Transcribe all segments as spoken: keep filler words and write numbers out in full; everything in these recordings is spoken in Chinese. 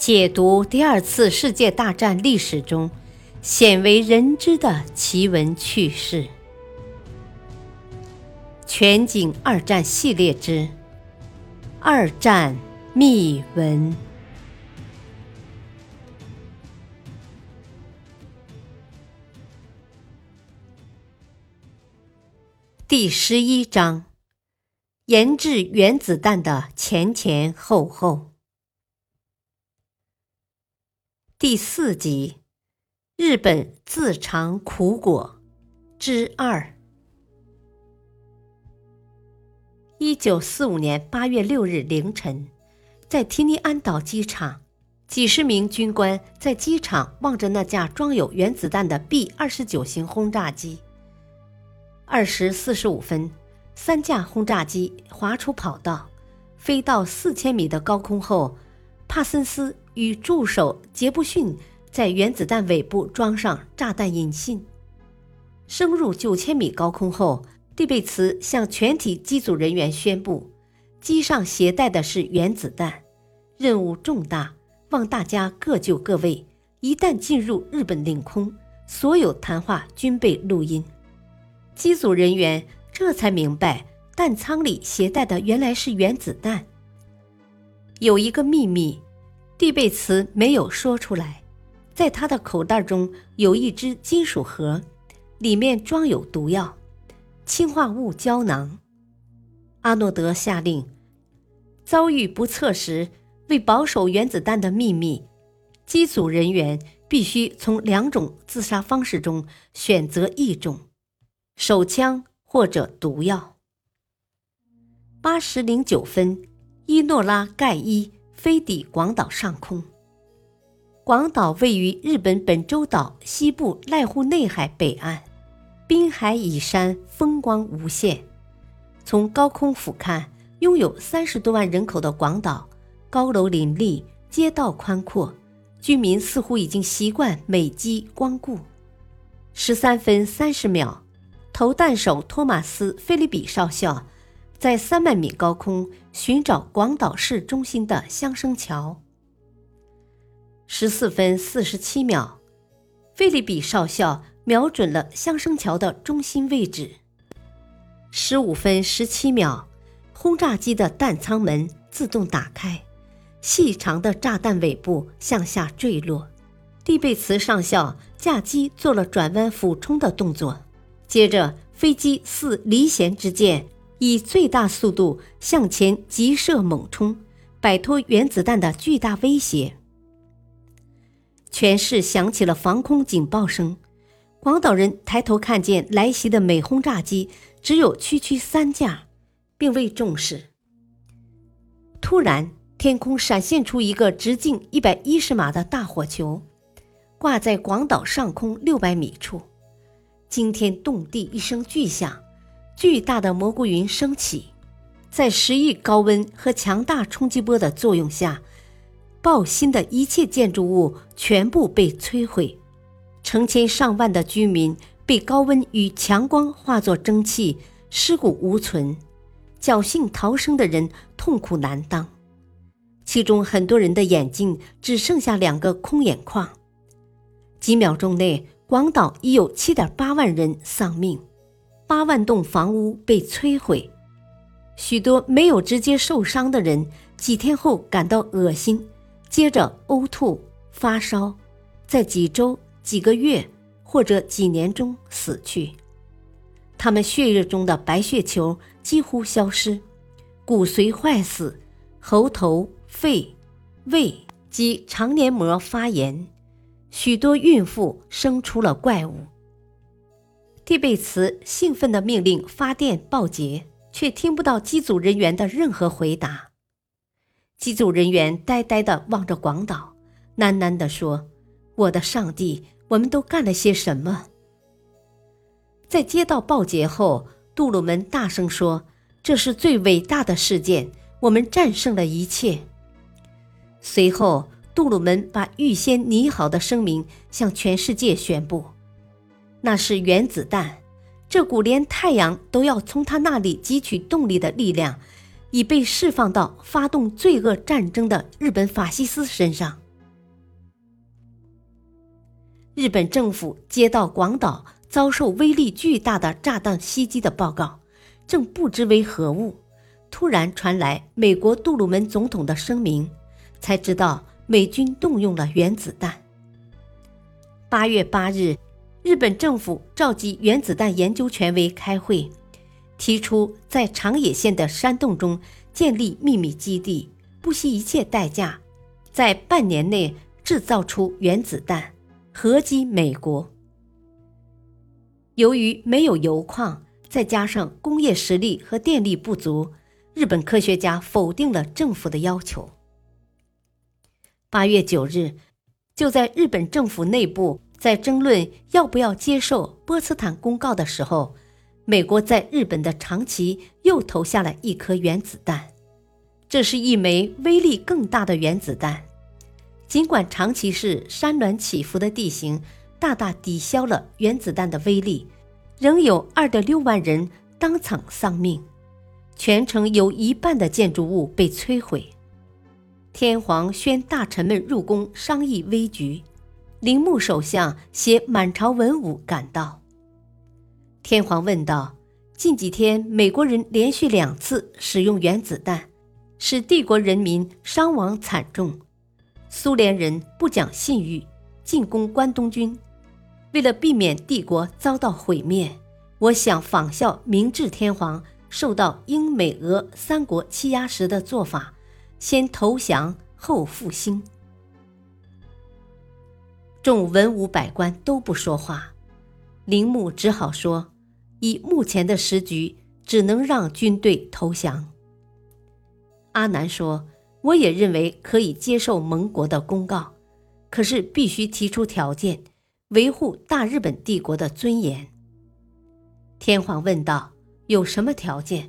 解读第二次世界大战历史中鲜为人知的奇闻趣事。全景二战系列之二战秘闻。第十一章，研制原子弹的前前后后。第四集，日本自尝苦果之二。一九四五年八月六日凌晨，在提尼安岛机场，几十名军官在机场望着那架装有原子弹的 B 二十九 型轰炸机。二时四十五分，三架轰炸机滑出跑道，飞到四千米的高空后，帕森斯与助手杰布逊在原子弹尾部装上炸弹引信。升入九千米高空后，蒂贝茨向全体机组人员宣布，机上携带的是原子弹，任务重大，望大家各就各位，一旦进入日本领空，所有谈话均被录音。机组人员这才明白，弹舱里携带的原来是原子弹。有一个秘密，蒂贝茨没有说出来，在他的口袋中有一只金属盒，里面装有毒药，氰化物胶囊。阿诺德下令，遭遇不测时，为保守原子弹的秘密，机组人员必须从两种自杀方式中选择一种，手枪或者毒药。八时零九分，伊诺拉盖伊飞抵广岛上空。广岛位于日本本州岛西部濑户内海北岸，滨海以山，风光无限。从高空俯瞰，拥有三十多万人口的广岛，高楼林立，街道宽阔，居民似乎已经习惯美姬光顾。十三分三十秒，投弹手托马斯·菲利比少校在三万米高空寻找广岛市中心的香生桥。十四分四十七秒，菲利比少校瞄准了香生桥的中心位置。十五分十七秒，轰炸机的弹舱门自动打开，细长的炸弹尾部向下坠落。蒂贝茨上校驾机做了转弯俯冲的动作，接着飞机似离弦之箭，以最大速度向前急射猛冲，摆脱原子弹的巨大威胁。全市响起了防空警报声，广岛人抬头看见来袭的美轰炸机只有区区三架，并未重视。突然，天空闪现出一个直径一百一十码的大火球，挂在广岛上空六百米处。惊天动地一声巨响，巨大的蘑菇云升起，在十亿高温和强大冲击波的作用下，爆心的一切建筑物全部被摧毁，成千上万的居民被高温与强光化作蒸汽，尸骨无存，侥幸逃生的人痛苦难当，其中很多人的眼睛只剩下两个空眼眶。几秒钟内，广岛已有 七点八万人丧命，八万栋房屋被摧毁，许多没有直接受伤的人几天后感到恶心，接着呕吐、发烧，在几周、几个月或者几年中死去。他们血液中的白血球几乎消失，骨髓坏死，喉头、肺、胃及肠黏膜发炎，许多孕妇生出了怪物。蒂贝茨兴奋地命令发电报捷，却听不到机组人员的任何回答。机组人员呆呆地望着广岛，喃喃地说：“我的上帝，我们都干了些什么？”在接到报捷后，杜鲁门大声说：“这是最伟大的事件，我们战胜了一切。”随后，杜鲁门把预先拟好的声明向全世界宣布，那是原子弹，这股连太阳都要从他那里汲取动力的力量，已被释放到发动罪恶战争的日本法西斯身上。 日本政府接到广岛遭受威力巨大的炸弹袭击的报告，正不知为何物，突然传来美国杜鲁门总统的声明，才知道美军动用了原子弹。八月八日，日本政府召集原子弹研究权威开会，提出在长野县的山洞中建立秘密基地，不惜一切代价，在半年内制造出原子弹，合击美国。由于没有油矿，再加上工业实力和电力不足，日本科学家否定了政府的要求。八月九日，就在日本政府内部在争论要不要接受波茨坦公告的时候，美国在日本的长崎又投下了一颗原子弹。这是一枚威力更大的原子弹。尽管长崎市山峦起伏的地形大大抵消了原子弹的威力，仍有 二点六万人当场丧命，全城有一半的建筑物被摧毁。天皇宣大臣们入宫商议危局，铃木首相携满朝文武赶到。天皇问道：近几天美国人连续两次使用原子弹，使帝国人民伤亡惨重，苏联人不讲信誉，进攻关东军。为了避免帝国遭到毁灭，我想仿效明治天皇受到英美俄三国欺压时的做法，先投降后复兴。众文武百官都不说话，铃木只好说，以目前的时局，只能让军队投降。阿南说，我也认为可以接受盟国的公告，可是必须提出条件，维护大日本帝国的尊严。天皇问道，有什么条件？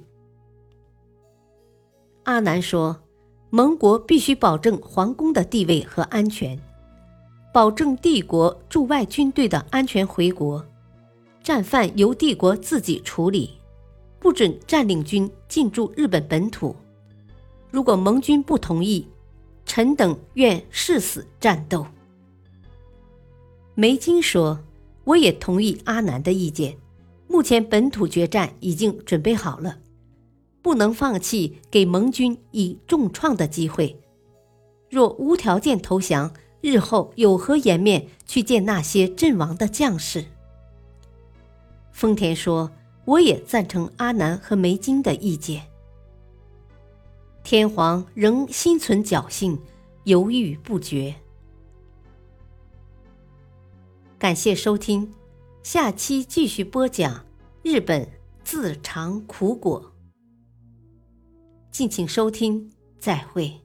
阿南说，盟国必须保证皇宫的地位和安全，保证帝国驻外军队的安全回国，战犯由帝国自己处理，不准占领军进驻日本本土。如果盟军不同意，臣等愿誓死战斗。梅津说，我也同意阿南的意见，目前本土决战已经准备好了，不能放弃给盟军以重创的机会。若无条件投降，日后有何颜面去见那些阵亡的将士？丰田说，我也赞成阿南和梅津的意见。天皇仍心存侥幸，犹豫不决。感谢收听，下期继续播讲日本自尝苦果。敬请收听，再会。